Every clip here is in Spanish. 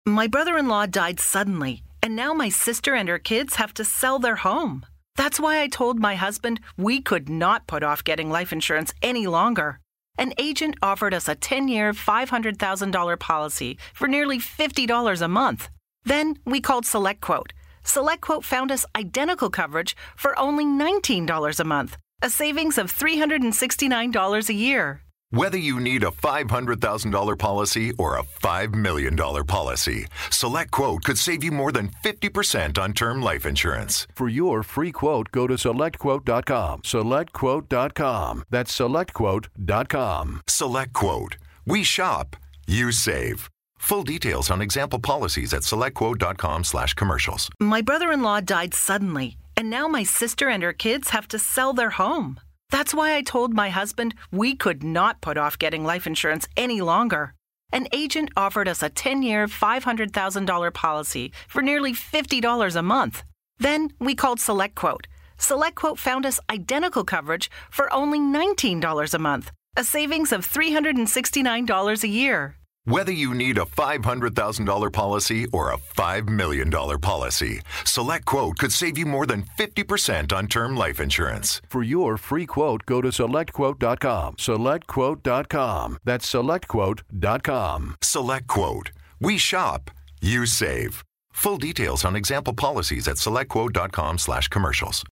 My brother-in-law died suddenly, and now my sister and her kids have to sell their home. That's why I told my husband we could not put off getting life insurance any longer. An agent offered us a 10-year, $500,000 policy for nearly $50 a month. Then we called SelectQuote. SelectQuote found us identical coverage for only $19 a month, a savings of $369 a year. Whether you need a $500,000 policy or a $5 million policy, SelectQuote could save you more than 50% on term life insurance. For your free quote, go to SelectQuote.com. SelectQuote.com. That's SelectQuote.com. SelectQuote. We shop, you save. Full details on example policies at SelectQuote.com/commercials. My brother-in-law died suddenly, and now my sister and her kids have to sell their home. That's why I told my husband we could not put off getting life insurance any longer. An agent offered us a 10-year, $500,000 policy for nearly $50 a month. Then we called SelectQuote. SelectQuote found us identical coverage for only $19 a month, a savings of $369 a year. Whether you need a $500,000 policy or a $5 million policy, SelectQuote could save you more than 50% on term life insurance. For your free quote, go to SelectQuote.com. SelectQuote.com. That's SelectQuote.com. SelectQuote. We shop, you save. Full details on example policies at SelectQuote.com/commercials.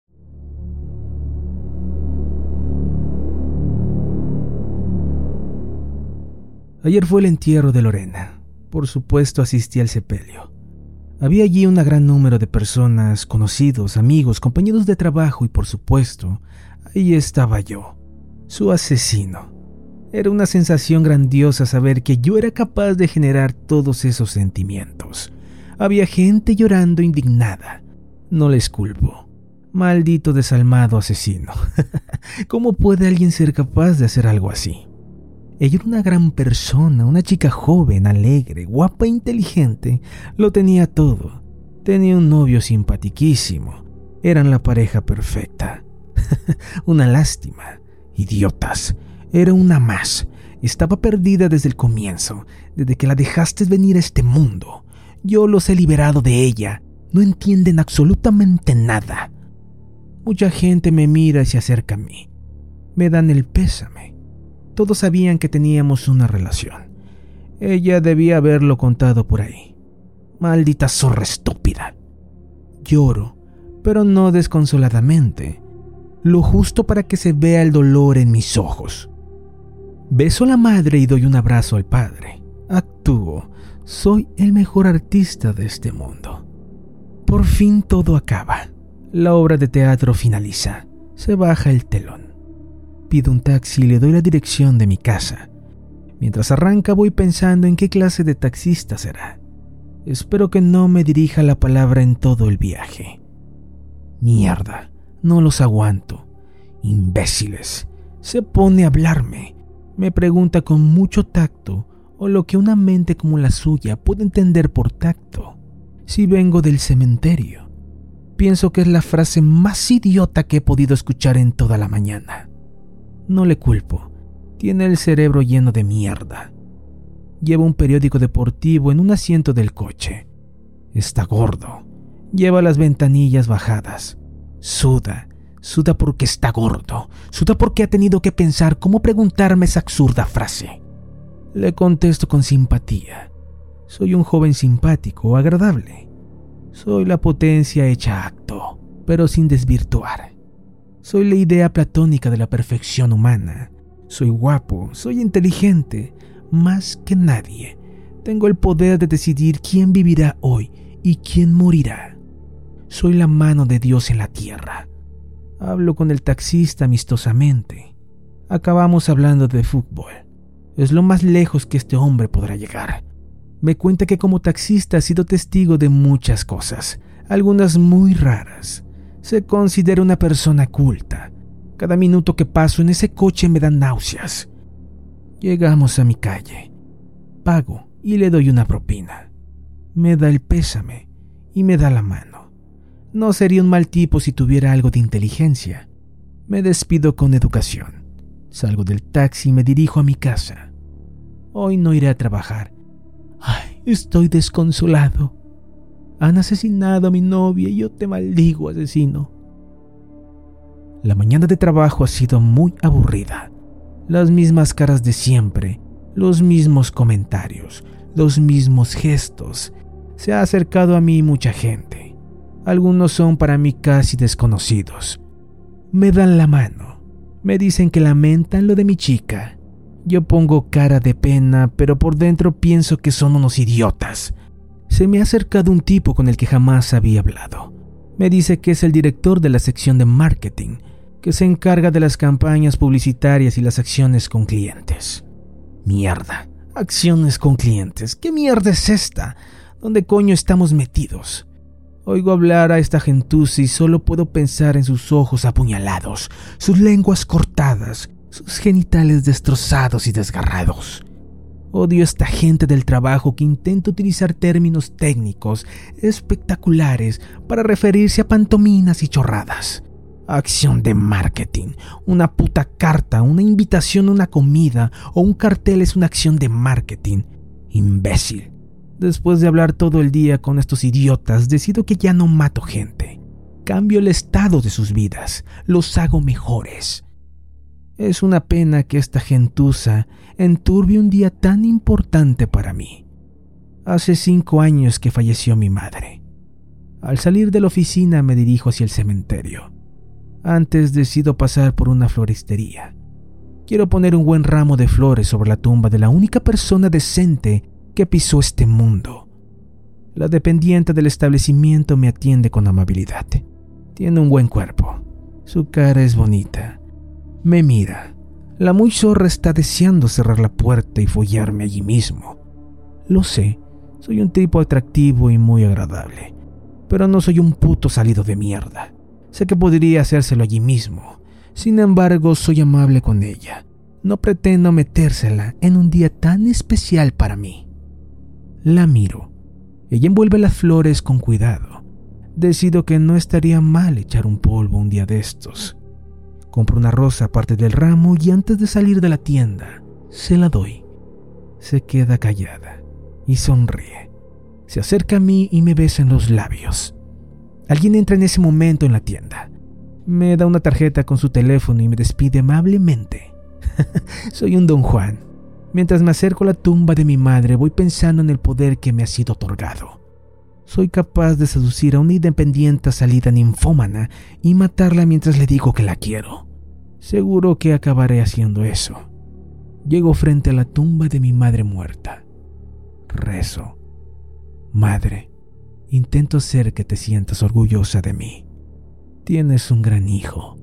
Ayer fue el entierro de Lorena. Por supuesto asistí al sepelio. Había allí un gran número de personas, conocidos, amigos, compañeros de trabajo y por supuesto, ahí estaba yo, su asesino. Era una sensación grandiosa saber que yo era capaz de generar todos esos sentimientos. Había gente llorando indignada. No les culpo. Maldito desalmado asesino. ¿Cómo puede alguien ser capaz de hacer algo así? Ella era una gran persona, una chica joven, alegre, guapa e inteligente. Lo tenía todo. Tenía un novio simpaticísimo. Eran la pareja perfecta. Una lástima. Idiotas. Era una más. Estaba perdida desde el comienzo, desde que la dejaste venir a este mundo. Yo los he liberado de ella. No entienden absolutamente nada. Mucha gente me mira y se acerca a mí. Me dan el pésame. Todos sabían que teníamos una relación. Ella debía haberlo contado por ahí. Maldita zorra estúpida. Lloro, pero no desconsoladamente. Lo justo para que se vea el dolor en mis ojos. Beso a la madre y doy un abrazo al padre. Actúo. Soy el mejor artista de este mundo. Por fin todo acaba. La obra de teatro finaliza. Se baja el telón. Pido un taxi y le doy la dirección de mi casa. Mientras arranca voy pensando en qué clase de taxista será. Espero que no me dirija la palabra en todo el viaje. Mierda, no los aguanto. Imbéciles. Se pone a hablarme. Me pregunta con mucho tacto, o lo que una mente como la suya puede entender por tacto, si vengo del cementerio. Pienso que es la frase más idiota que he podido escuchar en toda la mañana. No le culpo. Tiene el cerebro lleno de mierda. Lleva un periódico deportivo en un asiento del coche. Está gordo. Lleva las ventanillas bajadas. Suda porque está gordo. Suda porque ha tenido que pensar cómo preguntarme esa absurda frase. Le contesto con simpatía. Soy un joven simpático, agradable. Soy la potencia hecha acto, pero sin desvirtuar. Soy la idea platónica de la perfección humana. Soy guapo, soy inteligente, más que nadie. Tengo el poder de decidir quién vivirá hoy y quién morirá. Soy la mano de Dios en la tierra. Hablo con el taxista amistosamente. Acabamos hablando de fútbol. Es lo más lejos que este hombre podrá llegar. Me cuenta que como taxista ha sido testigo de muchas cosas, algunas muy raras. Se considera una persona culta. Cada minuto que paso en ese coche me da náuseas. Llegamos a mi calle. Pago y le doy una propina. Me da el pésame y me da la mano. No sería un mal tipo si tuviera algo de inteligencia. Me despido con educación. Salgo del taxi y me dirijo a mi casa. Hoy no iré a trabajar. Ay, Estoy desconsolado. Han asesinado a mi novia y yo te maldigo, asesino. La mañana de trabajo ha sido muy aburrida. Las mismas caras de siempre, los mismos comentarios, los mismos gestos. Se ha acercado a mí mucha gente. Algunos son para mí casi desconocidos. Me dan la mano. Me dicen que lamentan lo de mi chica. Yo pongo cara de pena, pero por dentro pienso que son unos idiotas. Se me ha acercado un tipo con el que jamás había hablado. Me dice que es el director de la sección de marketing, que se encarga de las campañas publicitarias y las acciones con clientes. Mierda, acciones con clientes. ¿Qué mierda es esta? ¿Dónde coño estamos metidos? Oigo hablar a esta gentuza y solo puedo pensar en sus ojos apuñalados, sus lenguas cortadas, sus genitales destrozados y desgarrados. Odio a esta gente del trabajo que intenta utilizar términos técnicos espectaculares para referirse a pantominas y chorradas. Acción de marketing, una puta carta, una invitación a una comida o un cartel es una acción de marketing. Imbécil. Después de hablar todo el día con estos idiotas, decido que ya no mato gente. Cambio el estado de sus vidas, los hago mejores. Es una pena que esta gentuza enturbie un día tan importante para mí. Hace 5 años que falleció mi madre. Al salir de la oficina me dirijo hacia el cementerio. Antes decido pasar por una floristería. Quiero poner un buen ramo de flores sobre la tumba de la única persona decente que pisó este mundo. La dependiente del establecimiento me atiende con amabilidad. Tiene un buen cuerpo. Su cara es bonita. Me mira. La muy zorra está deseando cerrar la puerta y follarme allí mismo. Lo sé, soy un tipo atractivo y muy agradable, pero no soy un puto salido de mierda. Sé que podría hacérselo allí mismo. Sin embargo, soy amable con ella. No pretendo metérsela en un día tan especial para mí. La miro. Ella envuelve las flores con cuidado. Decido que no estaría mal echar un polvo un día de estos. Compro una rosa aparte del ramo y antes de salir de la tienda, se la doy. Se queda callada y sonríe. Se acerca a mí y me besa en los labios. Alguien entra en ese momento en la tienda. Me da una tarjeta con su teléfono y me despide amablemente. Soy un Don Juan. Mientras me acerco a la tumba de mi madre, voy pensando en el poder que me ha sido otorgado. Soy capaz de seducir a una independiente salida ninfómana y matarla mientras le digo que la quiero. Seguro que acabaré haciendo eso. Llego frente a la tumba de mi madre muerta. Rezo. Madre, intento hacer que te sientas orgullosa de mí. Tienes un gran hijo.